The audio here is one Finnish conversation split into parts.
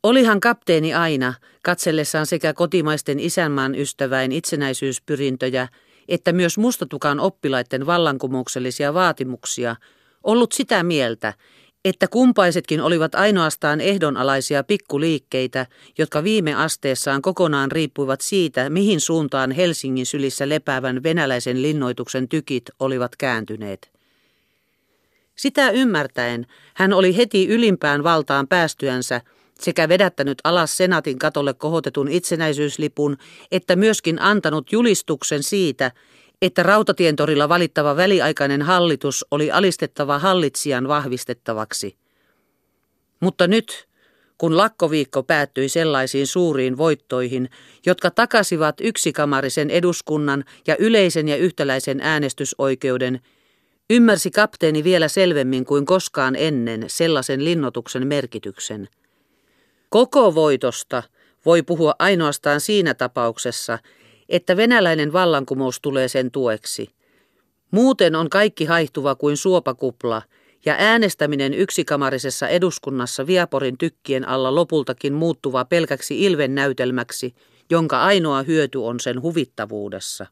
Olihan kapteeni aina, katsellessaan sekä kotimaisten isänmaan ystäväin itsenäisyyspyrintöjä, että myös mustatukan oppilaiden vallankumouksellisia vaatimuksia, ollut sitä mieltä, että kumpaisetkin olivat ainoastaan ehdonalaisia pikkuliikkeitä, jotka viime asteessaan kokonaan riippuivat siitä, mihin suuntaan Helsingin sylissä lepäävän venäläisen linnoituksen tykit olivat kääntyneet. Sitä ymmärtäen hän oli heti ylimpään valtaan päästyänsä sekä vedättänyt alas senaatin katolle kohotetun itsenäisyyslipun, että myöskin antanut julistuksen siitä, että Rautatientorilla valittava väliaikainen hallitus oli alistettava hallitsijan vahvistettavaksi. Mutta nyt, kun lakkoviikko päättyi sellaisiin suuriin voittoihin, jotka takasivat yksikamarisen eduskunnan ja yleisen ja yhtäläisen äänestysoikeuden, ymmärsi kapteeni vielä selvemmin kuin koskaan ennen sellaisen linnoituksen merkityksen. Koko voitosta voi puhua ainoastaan siinä tapauksessa, että venäläinen vallankumous tulee sen tueksi. Muuten on kaikki haihtuva kuin suopakupla, ja äänestäminen yksikamarisessa eduskunnassa Viaporin tykkien alla lopultakin muuttuva pelkäksi ilvennäytelmäksi, jonka ainoa hyöty on sen huvittavuudessa.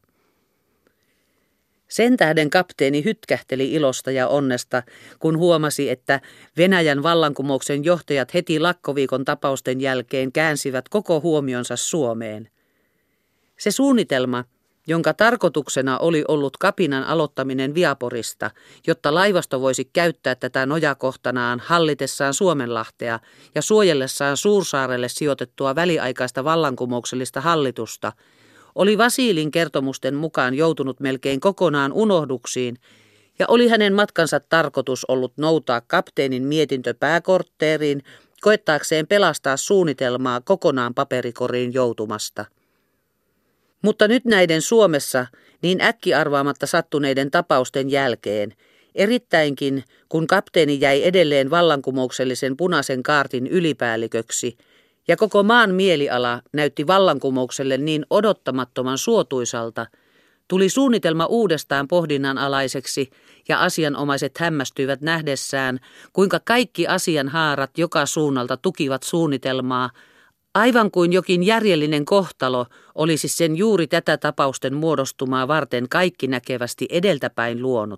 Sen tähden kapteeni hytkähteli ilosta ja onnesta, kun huomasi, että Venäjän vallankumouksen johtajat heti lakkoviikon tapausten jälkeen käänsivät koko huomionsa Suomeen. Se suunnitelma, jonka tarkoituksena oli ollut kapinan aloittaminen Viaporista, jotta laivasto voisi käyttää tätä nojakohtanaan hallitessaan Suomenlahtea ja suojellessaan Suursaarelle sijoitettua väliaikaista vallankumouksellista hallitusta, oli Vasilin kertomusten mukaan joutunut melkein kokonaan unohduksiin, ja oli hänen matkansa tarkoitus ollut noutaa kapteenin mietintö pääkortteeriin, koettaakseen pelastaa suunnitelmaa kokonaan paperikoriin joutumasta. Mutta nyt näiden Suomessa niin äkkiarvaamatta sattuneiden tapausten jälkeen, erittäinkin kun kapteeni jäi edelleen vallankumouksellisen punaisen kaartin ylipäälliköksi, ja koko maan mieliala näytti vallankumoukselle niin odottamattoman suotuisalta, tuli suunnitelma uudestaan pohdinnan alaiseksi ja asianomaiset hämmästyivät nähdessään, kuinka kaikki asianhaarat joka suunnalta tukivat suunnitelmaa, aivan kuin jokin järjellinen kohtalo olisi sen juuri tätä tapausten muodostumaa varten kaikki näkevästi edeltäpäin luonut.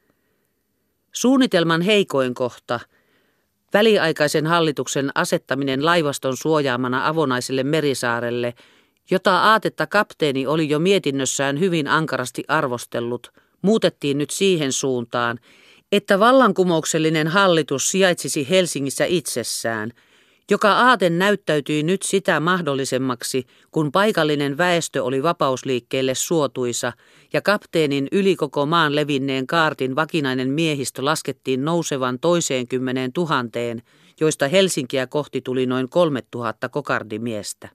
Suunnitelman heikoin kohta, väliaikaisen hallituksen asettaminen laivaston suojaamana avonaiselle Merisaarelle, jota aatetta kapteeni oli jo mietinnössään hyvin ankarasti arvostellut, muutettiin nyt siihen suuntaan, että vallankumouksellinen hallitus sijaitsisi Helsingissä itsessään, joka aate näyttäytyi nyt sitä mahdollisemmaksi, kun paikallinen väestö oli vapausliikkeelle suotuisa ja kapteenin yli koko maan levinneen kaartin vakinainen miehistö laskettiin nousevan 20 000, joista Helsinkiä kohti tuli noin 3 000 kokardimiestä.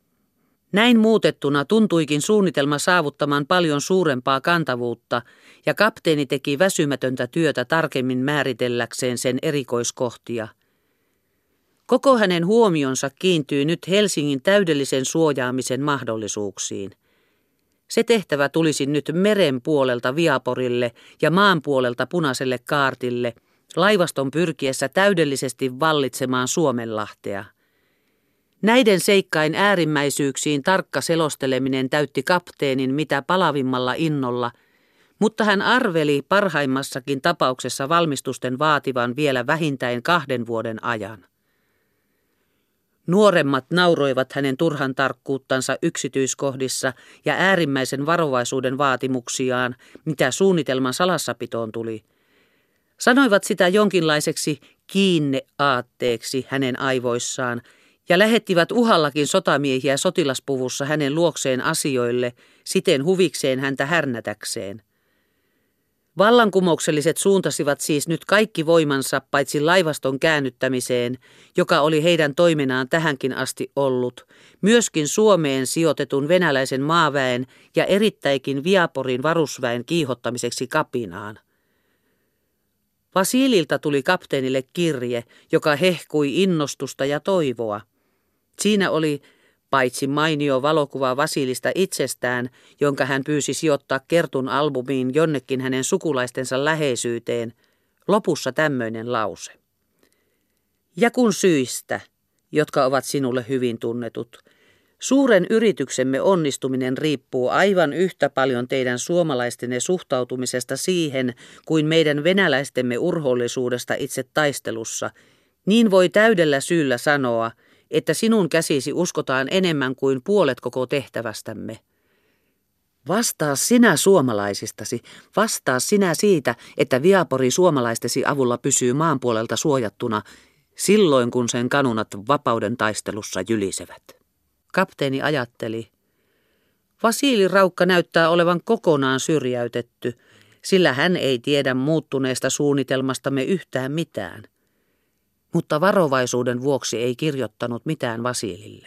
Näin muutettuna tuntuikin suunnitelma saavuttamaan paljon suurempaa kantavuutta, ja kapteeni teki väsymätöntä työtä tarkemmin määritelläkseen sen erikoiskohtia. Koko hänen huomionsa kiintyy nyt Helsingin täydellisen suojaamisen mahdollisuuksiin. Se tehtävä tulisi nyt meren puolelta Viaporille ja maan puolelta punaiselle kaartille, laivaston pyrkiessä täydellisesti vallitsemaan Suomenlahtea. Näiden seikkain äärimmäisyyksiin tarkka selosteleminen täytti kapteenin mitä palavimmalla innolla, mutta hän arveli parhaimmassakin tapauksessa valmistusten vaativan vielä vähintään 2 vuoden ajan. Nuoremmat nauroivat hänen turhan tarkkuuttansa yksityiskohdissa ja äärimmäisen varovaisuuden vaatimuksiaan, mitä suunnitelman salassapitoon tuli. Sanoivat sitä jonkinlaiseksi kiinneaatteeksi hänen aivoissaan ja lähettivät uhallakin sotamiehiä sotilaspuvussa hänen luokseen asioille, siten huvikseen häntä härnätäkseen. Vallankumoukselliset suuntasivat siis nyt kaikki voimansa paitsi laivaston käännyttämiseen, joka oli heidän toimenaan tähänkin asti ollut, myöskin Suomeen sijoitetun venäläisen maaväen ja erittäinkin Viaporin varusväen kiihottamiseksi kapinaan. Vasililta tuli kapteenille kirje, joka hehkui innostusta ja toivoa. Siinä oli paitsi mainio valokuva Vasilista itsestään, jonka hän pyysi sijoittaa Kertun albumiin jonnekin hänen sukulaistensa läheisyyteen, lopussa tämmöinen lause. Ja kun syistä, jotka ovat sinulle hyvin tunnetut. Suuren yrityksemme onnistuminen riippuu aivan yhtä paljon teidän suomalaistenne suhtautumisesta siihen kuin meidän venäläistemme urhoollisuudesta itse taistelussa. Niin voi täydellä syyllä sanoa, että sinun käsisi uskotaan enemmän kuin puolet koko tehtävästämme. Vastaa sinä suomalaisistasi, vastaa sinä siitä, että Viapori suomalaistesi avulla pysyy maan puolelta suojattuna silloin, kun sen kanunat vapauden taistelussa jylisevät. Kapteeni ajatteli. Vasili Raukka näyttää olevan kokonaan syrjäytetty, sillä hän ei tiedä muuttuneesta suunnitelmastamme yhtään mitään. Mutta varovaisuuden vuoksi ei kirjoittanut mitään Vasilille.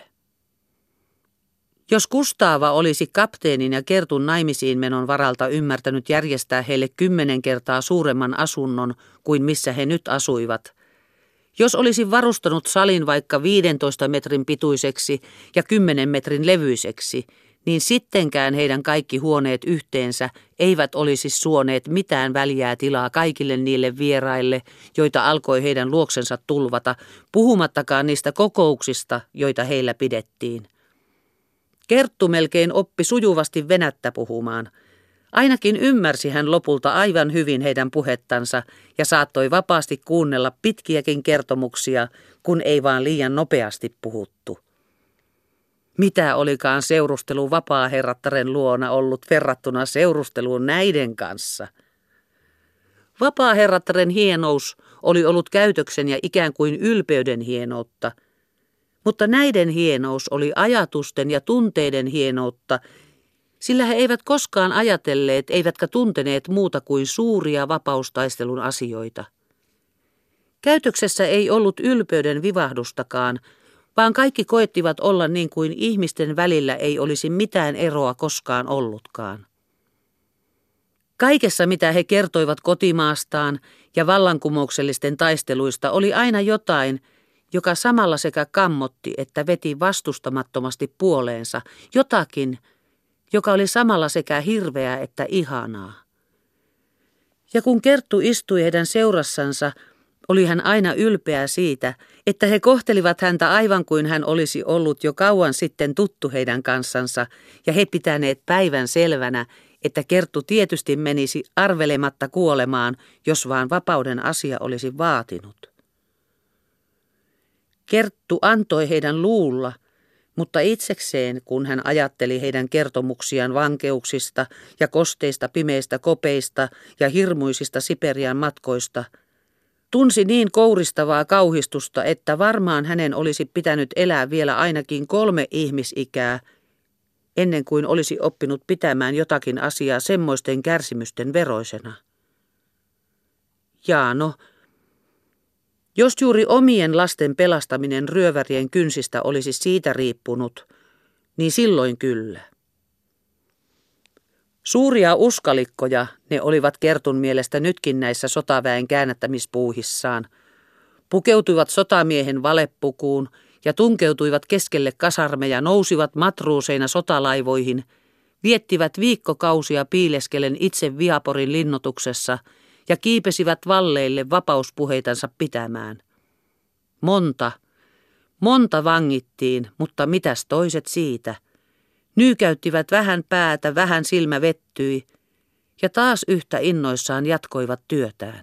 Jos Kustava olisi kapteenin ja Kertun naimisiin menon varalta ymmärtänyt järjestää heille 10 kertaa suuremman asunnon kuin missä he nyt asuivat, jos olisi varustanut salin vaikka 15 metrin pituiseksi ja 10 metrin levyiseksi, niin sittenkään heidän kaikki huoneet yhteensä eivät olisi suoneet mitään väljää tilaa kaikille niille vieraille, joita alkoi heidän luoksensa tulvata, puhumattakaan niistä kokouksista, joita heillä pidettiin. Kerttu melkein oppi sujuvasti venättä puhumaan. Ainakin ymmärsi hän lopulta aivan hyvin heidän puhettansa ja saattoi vapaasti kuunnella pitkiäkin kertomuksia, kun ei vaan liian nopeasti puhuttu. Mitä olikaan seurustelu vapaaherrattaren luona ollut verrattuna seurusteluun näiden kanssa? Vapaaherrattaren hienous oli ollut käytöksen ja ikään kuin ylpeyden hienoutta, mutta näiden hienous oli ajatusten ja tunteiden hienoutta, sillä he eivät koskaan ajatelleet eivätkä tunteneet muuta kuin suuria vapaustaistelun asioita. Käytöksessä ei ollut ylpeyden vivahdustakaan, vaan kaikki koettivat olla niin kuin ihmisten välillä ei olisi mitään eroa koskaan ollutkaan. Kaikessa, mitä he kertoivat kotimaastaan ja vallankumouksellisten taisteluista, oli aina jotain, joka samalla sekä kammotti että veti vastustamattomasti puoleensa, jotakin, joka oli samalla sekä hirveää että ihanaa. Ja kun Kerttu istui heidän seurassansa, oli hän aina ylpeä siitä, että he kohtelivat häntä aivan kuin hän olisi ollut jo kauan sitten tuttu heidän kanssansa, ja he pitäneet päivän selvänä, että Kerttu tietysti menisi arvelematta kuolemaan, jos vaan vapauden asia olisi vaatinut. Kerttu antoi heidän luulla, mutta itsekseen, kun hän ajatteli heidän kertomuksiaan vankeuksista ja kosteista pimeistä kopeista ja hirmuisista Siperian matkoista, tunsi niin kouristavaa kauhistusta, että varmaan hänen olisi pitänyt elää vielä ainakin 3 ihmisikää, ennen kuin olisi oppinut pitämään jotakin asiaa semmoisten kärsimysten veroisena. Jaano, jos juuri omien lasten pelastaminen ryövärien kynsistä olisi siitä riippunut, niin silloin kyllä. Suuria uskalikkoja ne olivat Kertun mielestä nytkin näissä sotaväen käännättämispuuhissaan. Pukeutuivat sotamiehen valepukuun ja tunkeutuivat keskelle kasarmeja, nousivat matruuseina sotalaivoihin, viettivät viikkokausia piileskellen itse Viaporin linnoituksessa ja kiipesivät valleille vapauspuheitansa pitämään. Monta vangittiin, mutta mitäs toiset siitä? Nyykäyttivät vähän päätä, vähän silmä vettyi ja taas yhtä innoissaan jatkoivat työtään.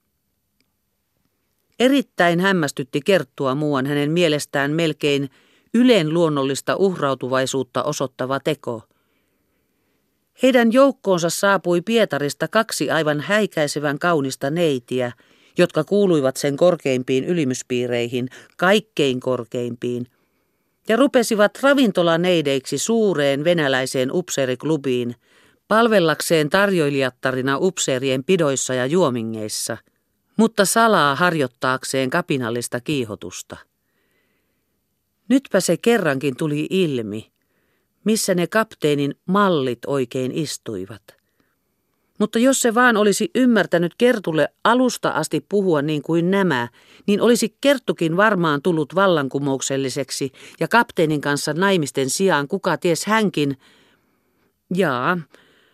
Erittäin hämmästytti Kerttua muuan hänen mielestään melkein ylenluonnollista uhrautuvaisuutta osoittava teko. Heidän joukkoonsa saapui Pietarista 2 aivan häikäisevän kaunista neitiä, jotka kuuluivat sen korkeimpiin ylimyspiireihin, kaikkein korkeimpiin, ja rupesivat ravintolaneideiksi suureen venäläiseen upseeriklubiin, palvellakseen tarjoilijattarina upseerien pidoissa ja juomingeissa, mutta salaa harjoittaakseen kapinallista kiihotusta. Nytpä se kerrankin tuli ilmi, missä ne kapteenin mallit oikein istuivat. Mutta jos se vaan olisi ymmärtänyt Kertulle alusta asti puhua niin kuin nämä, niin olisi Kerttukin varmaan tullut vallankumoukselliseksi ja kapteenin kanssa naimisten sijaan kuka ties hänkin,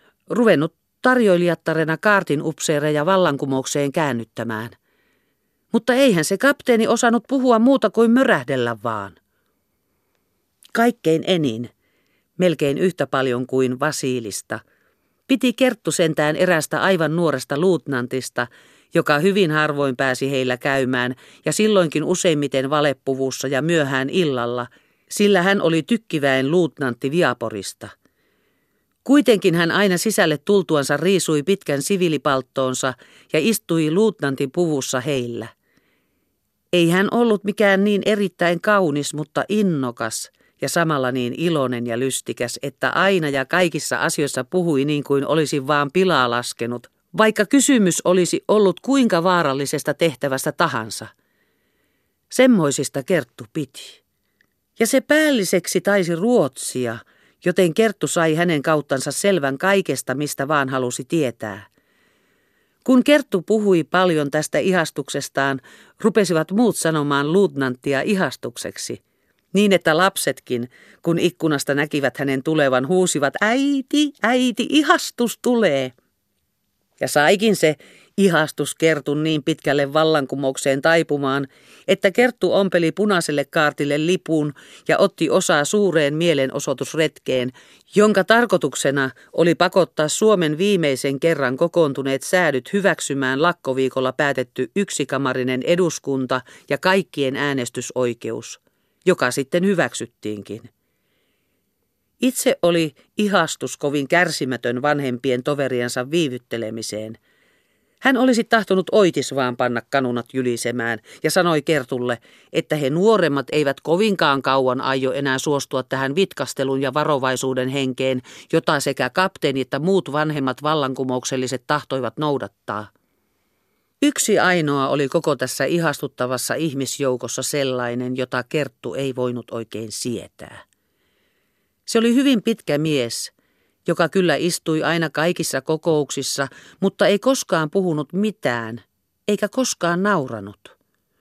ruvennut tarjoilijattarena kaartin upseereja vallankumoukseen käännyttämään. Mutta eihän se kapteeni osannut puhua muuta kuin mörähdellä vaan. Kaikkein enin, melkein yhtä paljon kuin Vasilista, piti Kerttu sentään erästä aivan nuoresta luutnantista, joka hyvin harvoin pääsi heillä käymään ja silloinkin useimmiten valeppuvussa ja myöhään illalla, sillä hän oli tykkiväen luutnantti Viaporista. Kuitenkin hän aina sisälle tultuansa riisui pitkän siviilipalttoonsa ja istui luutnantin puvussa heillä. Ei hän ollut mikään niin erittäin kaunis, mutta innokas ja samalla niin iloinen ja lystikäs, että aina ja kaikissa asioissa puhui niin kuin olisi vaan pilaa laskenut, vaikka kysymys olisi ollut kuinka vaarallisesta tehtävästä tahansa. Semmoisista Kerttu piti. Ja se päälliseksi taisi ruotsia, joten Kerttu sai hänen kauttansa selvän kaikesta, mistä vaan halusi tietää. Kun Kerttu puhui paljon tästä ihastuksestaan, rupesivat muut sanomaan luutnanttia ihastukseksi, niin että lapsetkin, kun ikkunasta näkivät hänen tulevan, huusivat, äiti, äiti, ihastus tulee. Ja saikin se ihastus Kertun niin pitkälle vallankumoukseen taipumaan, että Kerttu ompeli punaiselle kaartille lipun ja otti osaa suureen mielenosoitusretkeen, jonka tarkoituksena oli pakottaa Suomen viimeisen kerran kokoontuneet säädyt hyväksymään lakkoviikolla päätetty yksikamarinen eduskunta ja kaikkien äänestysoikeus, joka sitten hyväksyttiinkin. Itse oli ihastus kovin kärsimätön vanhempien toveriansa viivyttelemiseen. Hän olisi tahtonut oitis vaan panna kanunat jylisemään ja sanoi Kertulle, että he nuoremmat eivät kovinkaan kauan aio enää suostua tähän vitkastelun ja varovaisuuden henkeen, jota sekä kapteeni että muut vanhemmat vallankumoukselliset tahtoivat noudattaa. Yksi ainoa oli koko tässä ihastuttavassa ihmisjoukossa sellainen, jota Kerttu ei voinut oikein sietää. Se oli hyvin pitkä mies, joka kyllä istui aina kaikissa kokouksissa, mutta ei koskaan puhunut mitään, eikä koskaan nauranut.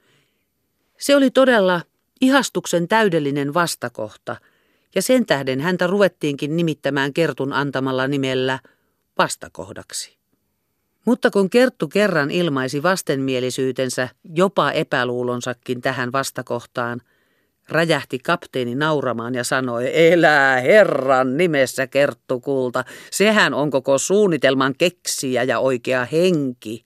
Se oli todella ihastuksen täydellinen vastakohta, ja sen tähden häntä ruvettiinkin nimittämään Kertun antamalla nimellä vastakohdaksi. Mutta kun Kerttu kerran ilmaisi vastenmielisyytensä, jopa epäluulonsakin tähän vastakohtaan, räjähti kapteeni nauramaan ja sanoi, elää Herran nimessä Kerttu kulta, sehän on koko suunnitelman keksijä ja oikea henki.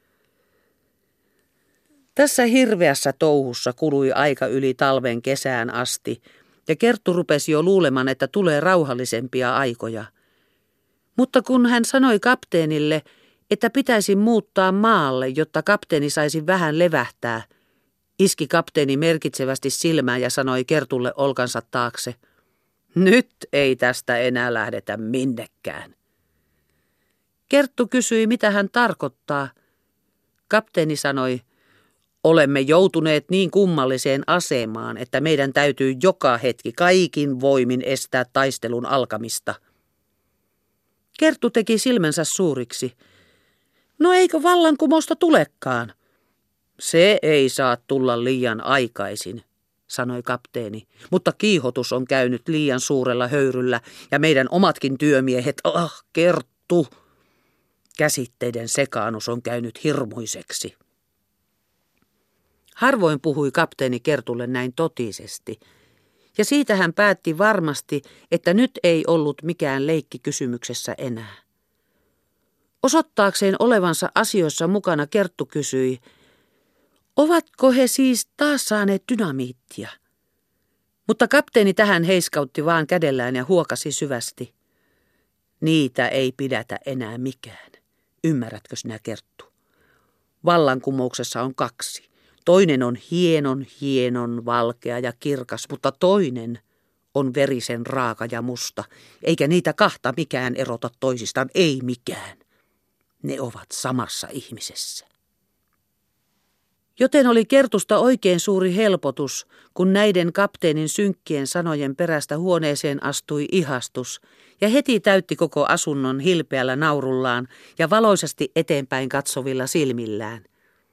Tässä hirveässä touhussa kului aika yli talven kesään asti, ja Kerttu rupesi jo luulemaan, että tulee rauhallisempia aikoja. Mutta kun hän sanoi kapteenille, että pitäisi muuttaa maalle, jotta kapteeni saisi vähän levähtää, iski kapteeni merkitsevästi silmään ja sanoi Kertulle olkansa taakse, nyt ei tästä enää lähdetä minnekään. Kerttu kysyi, mitä hän tarkoittaa. Kapteeni sanoi, olemme joutuneet niin kummalliseen asemaan, että meidän täytyy joka hetki kaikin voimin estää taistelun alkamista. Kerttu teki silmänsä suuriksi. No eikö vallankumousta tulekaan? Se ei saa tulla liian aikaisin, sanoi kapteeni, mutta kiihotus on käynyt liian suurella höyryllä ja meidän omatkin työmiehet, Kerttu, käsitteiden sekaannus on käynyt hirmuiseksi. Harvoin puhui kapteeni Kertulle näin totisesti, ja siitä hän päätti varmasti, että nyt ei ollut mikään leikki kysymyksessä enää. Osoittaakseen olevansa asioissa mukana Kerttu kysyi, ovatko he siis taas saaneet dynamiittia? Mutta kapteeni tähän heiskautti vaan kädellään ja huokasi syvästi. Niitä ei pidätä enää mikään. Ymmärrätkö sinä, Kerttu? Vallankumouksessa on kaksi. Toinen on hienon, valkea ja kirkas, mutta toinen on verisen raaka ja musta, eikä niitä kahta mikään erota toisistaan, ei mikään. Ne ovat samassa ihmisessä. Joten oli Kertusta oikein suuri helpotus, kun näiden kapteenin synkkien sanojen perästä huoneeseen astui ihastus ja heti täytti koko asunnon hilpeällä naurullaan ja valoisasti eteenpäin katsovilla silmillään.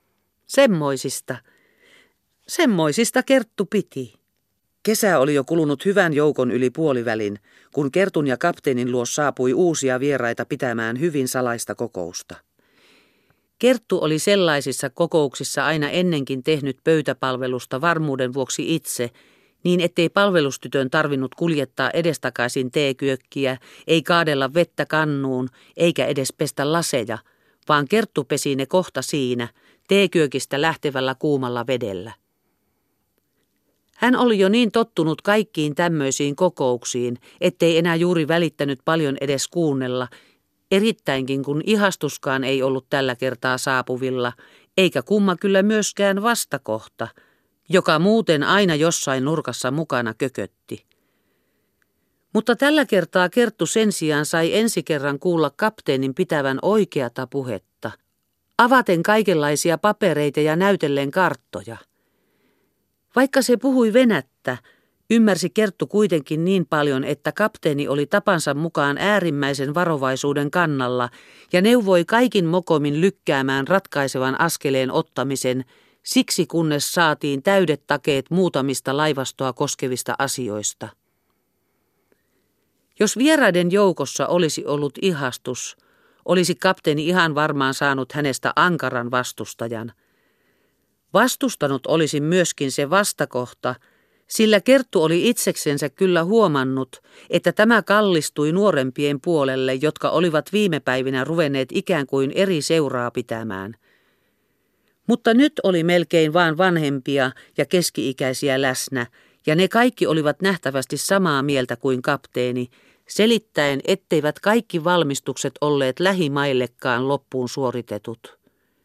Semmoisista Kerttu piti. Kesä oli jo kulunut hyvän joukon yli puolivälin, kun Kertun ja kapteenin luo saapui uusia vieraita pitämään hyvin salaista kokousta. Kerttu oli sellaisissa kokouksissa aina ennenkin tehnyt pöytäpalvelusta varmuuden vuoksi itse, niin ettei palvelustytön tarvinnut kuljettaa edestakaisin teekyökkiä, ei kaadella vettä kannuun, eikä edes pestä laseja, vaan Kerttu pesi ne kohta siinä, teekyökistä lähtevällä kuumalla vedellä. Hän oli jo niin tottunut kaikkiin tämmöisiin kokouksiin, ettei enää juuri välittänyt paljon edes kuunnella, erittäinkin kun ihastuskaan ei ollut tällä kertaa saapuvilla, eikä kumma kyllä myöskään vastakohta, joka muuten aina jossain nurkassa mukana kökötti. Mutta tällä kertaa Kerttu sen sijaan sai ensi kerran kuulla kapteenin pitävän oikeata puhetta, avaten kaikenlaisia papereita ja näytellen karttoja. Vaikka se puhui venättä, ymmärsi Kerttu kuitenkin niin paljon, että kapteeni oli tapansa mukaan äärimmäisen varovaisuuden kannalla ja neuvoi kaikin mokomin lykkäämään ratkaisevan askeleen ottamisen, siksi kunnes saatiin täydet takeet muutamista laivastoa koskevista asioista. Jos vieraiden joukossa olisi ollut ihastus, olisi kapteeni ihan varmaan saanut hänestä ankaran vastustajan. Vastustanut olisi myöskin se vastakohta, sillä Kerttu oli itseksensä kyllä huomannut, että tämä kallistui nuorempien puolelle, jotka olivat viime päivinä ruvenneet ikään kuin eri seuraa pitämään. Mutta nyt oli melkein vaan vanhempia ja keski-ikäisiä läsnä, ja ne kaikki olivat nähtävästi samaa mieltä kuin kapteeni, selittäen, etteivät kaikki valmistukset olleet lähimaillekaan loppuun suoritetut.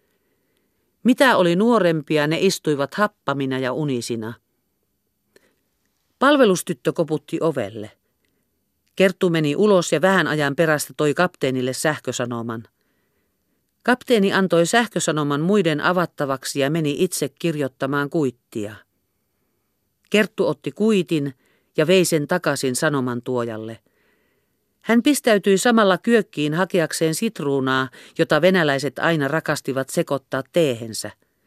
Mitä oli nuorempia, ne istuivat happamina ja unisina. Palvelustyttö koputti ovelle. Kerttu meni ulos ja vähän ajan perästä toi kapteenille sähkösanoman. Kapteeni antoi sähkösanoman muiden avattavaksi ja meni itse kirjoittamaan kuittia. Kerttu otti kuitin ja vei sen takaisin sanoman tuojalle. Hän pistäytyi samalla kyökkiin hakeakseen sitruunaa, jota venäläiset aina rakastivat sekoittaa teehensä.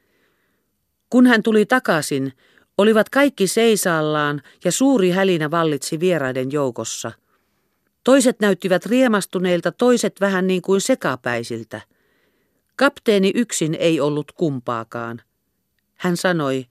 Kun hän tuli takaisin, olivat kaikki seisaallaan ja suuri hälinä vallitsi vieraiden joukossa. Toiset näyttivät riemastuneilta, toiset vähän niin kuin sekapäisiltä. Kapteeni yksin ei ollut kumpaakaan. Hän sanoi,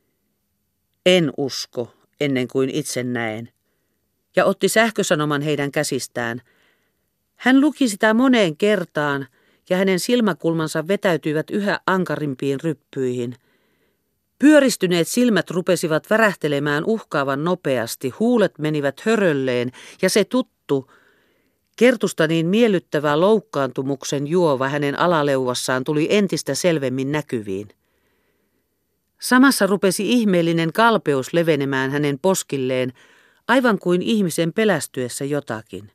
en usko, ennen kuin itse näen, ja otti sähkösanoman heidän käsistään. Hän luki sitä moneen kertaan, ja hänen silmäkulmansa vetäytyivät yhä ankarimpiin ryppyihin. Pyöristyneet silmät rupesivat värähtelemään uhkaavan nopeasti, huulet menivät hörölleen, ja se tuttu, Kertusta niin miellyttävä loukkaantumuksen juova hänen alaleuvassaan tuli entistä selvemmin näkyviin. Samassa rupesi ihmeellinen kalpeus levenemään hänen poskilleen, aivan kuin ihmisen pelästyessä jotakin.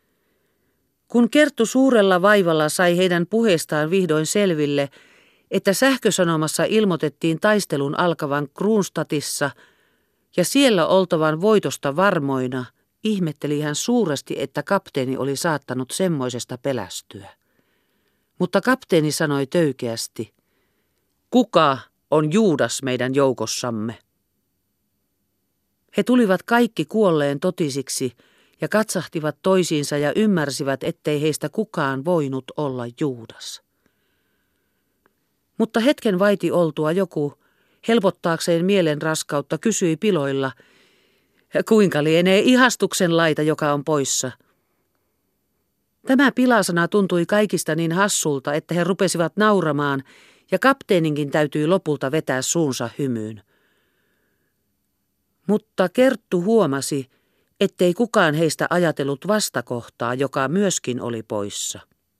Kun Kerttu suurella vaivalla sai heidän puheestaan vihdoin selville, että sähkösanomassa ilmoitettiin taistelun alkavan Kronstadtissa ja siellä oltavan voitosta varmoina, ihmetteli hän suuresti, että kapteeni oli saattanut semmoisesta pelästyä. Mutta kapteeni sanoi töykeästi, kuka on Juudas meidän joukossamme? He tulivat kaikki kuolleen totisiksi ja katsahtivat toisiinsa ja ymmärsivät, ettei heistä kukaan voinut olla Juudas. Mutta hetken vaiti oltua joku, helpottaakseen mielen raskautta, kysyi piloilla, kuinka lienee ihastuksen laita, joka on poissa. Tämä pilasana tuntui kaikista niin hassulta, että he rupesivat nauramaan, ja kapteeninkin täytyi lopulta vetää suunsa hymyyn. Mutta Kerttu huomasi, ettei kukaan heistä ajatellut vastakohtaa, joka myöskin oli poissa.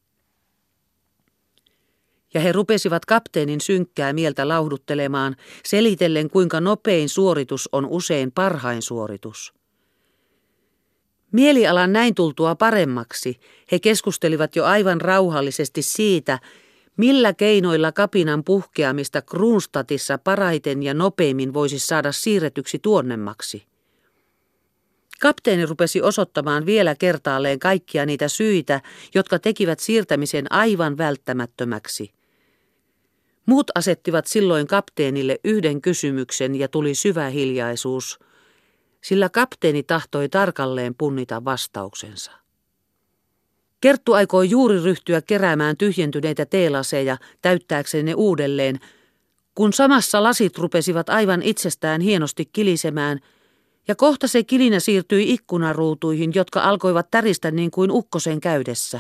Ja he rupesivat kapteenin synkkää mieltä lauhduttelemaan, selitellen kuinka nopein suoritus on usein parhain suoritus. Mielialan näin tultua paremmaksi, he keskustelivat jo aivan rauhallisesti siitä, millä keinoilla kapinan puhkeamista Kronstadtissa parhaiten ja nopeimmin voisi saada siirretyksi tuonnemmaksi. Kapteeni rupesi osoittamaan vielä kertaalleen kaikkia niitä syitä, jotka tekivät siirtämisen aivan välttämättömäksi. Muut asettivat silloin kapteenille yhden kysymyksen ja tuli syvä hiljaisuus, sillä kapteeni tahtoi tarkalleen punnita vastauksensa. Kerttu aikoi juuri ryhtyä keräämään tyhjentyneitä teelaseja täyttääkseen ne uudelleen, kun samassa lasit rupesivat aivan itsestään hienosti kilisemään, ja kohta se kilinä siirtyi ikkunaruutuihin, jotka alkoivat täristä niin kuin ukkosen käydessä.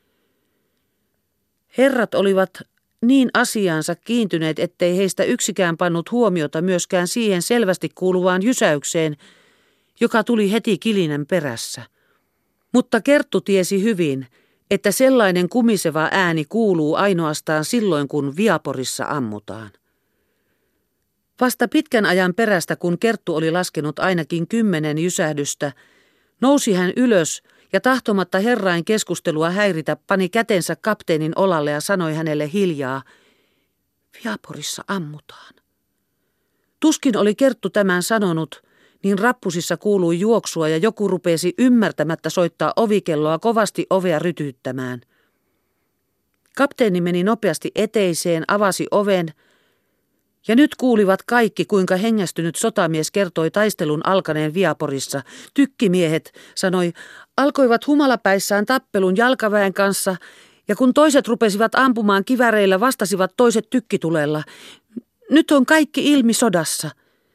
Herrat olivat niin asiaansa kiintyneet, ettei heistä yksikään pannut huomiota myöskään siihen selvästi kuuluvaan jysäykseen, joka tuli heti kilinän perässä. Mutta Kerttu tiesi hyvin, että sellainen kumiseva ääni kuuluu ainoastaan silloin, kun Viaporissa ammutaan. Vasta pitkän ajan perästä, kun Kerttu oli laskenut ainakin 10 jysähdystä, nousi hän ylös ja tahtomatta herrain keskustelua häiritä pani kätensä kapteenin olalle ja sanoi hänelle hiljaa, Viaporissa ammutaan. Tuskin oli Kerttu tämän sanonut, niin rappusissa kuului juoksua ja joku rupesi ymmärtämättä soittaa ovikelloa kovasti ovea rytyyttämään. Kapteeni meni nopeasti eteiseen, avasi oven, ja nyt kuulivat kaikki, kuinka hengästynyt sotamies kertoi taistelun alkaneen Viaporissa. Tykkimiehet, sanoi, alkoivat humalapäissään tappelun jalkaväen kanssa, ja kun toiset rupesivat ampumaan kiväreillä, vastasivat toiset tykkitulella. Nyt on kaikki ilmi sodassa.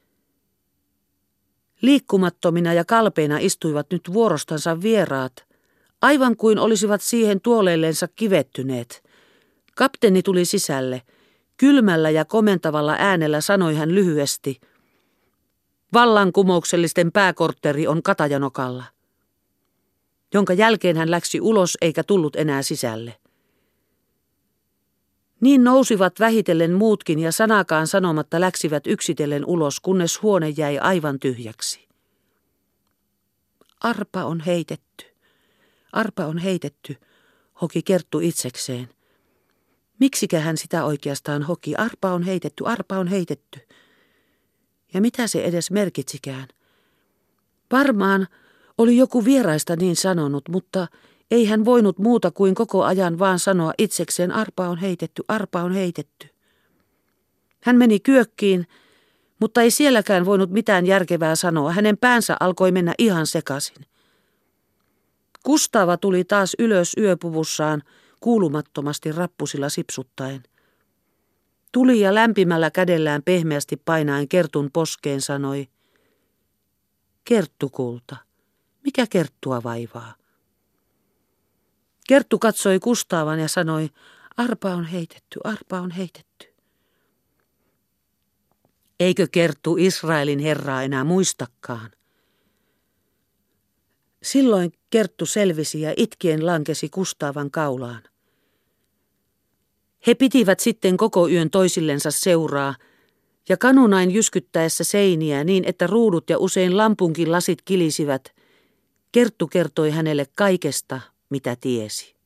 Liikkumattomina ja kalpeina istuivat nyt vuorostansa vieraat, aivan kuin olisivat siihen tuoleillensa kivettyneet. Kapteeni tuli sisälle. Kylmällä ja komentavalla äänellä sanoi hän lyhyesti, vallankumouksellisten pääkortteri on Katajanokalla, jonka jälkeen hän läksi ulos eikä tullut enää sisälle. Niin nousivat vähitellen muutkin ja sanakaan sanomatta läksivät yksitellen ulos, kunnes huone jäi aivan tyhjäksi. Arpa on heitetty, hoki Kerttu itsekseen. Miksikä hän sitä oikeastaan hoki? Arpa on heitetty. Ja mitä se edes merkitsikään? Varmaan oli joku vieraista niin sanonut, mutta ei hän voinut muuta kuin koko ajan vaan sanoa itsekseen, arpa on heitetty. Hän meni kyökkiin, mutta ei sielläkään voinut mitään järkevää sanoa. Hänen päänsä alkoi mennä ihan sekaisin. Kustava tuli taas ylös yöpuvussaan, kuulumattomasti rappusilla sipsuttaen. Tuli ja lämpimällä kädellään pehmeästi painaen Kertun poskeen sanoi, Kerttu kulta, mikä Kerttua vaivaa? Kerttu katsoi Kustavan ja sanoi, arpa on heitetty. Eikö Kerttu Israelin herraa enää muistakaan? Silloin Kerttu selvisi ja itkien lankesi Kustavan kaulaan. He pitivät sitten koko yön toisillensa seuraa, ja kanunain jyskyttäessä seiniä niin, että ruudut ja usein lampunkin lasit kilisivät, Kerttu kertoi hänelle kaikesta, mitä tiesi.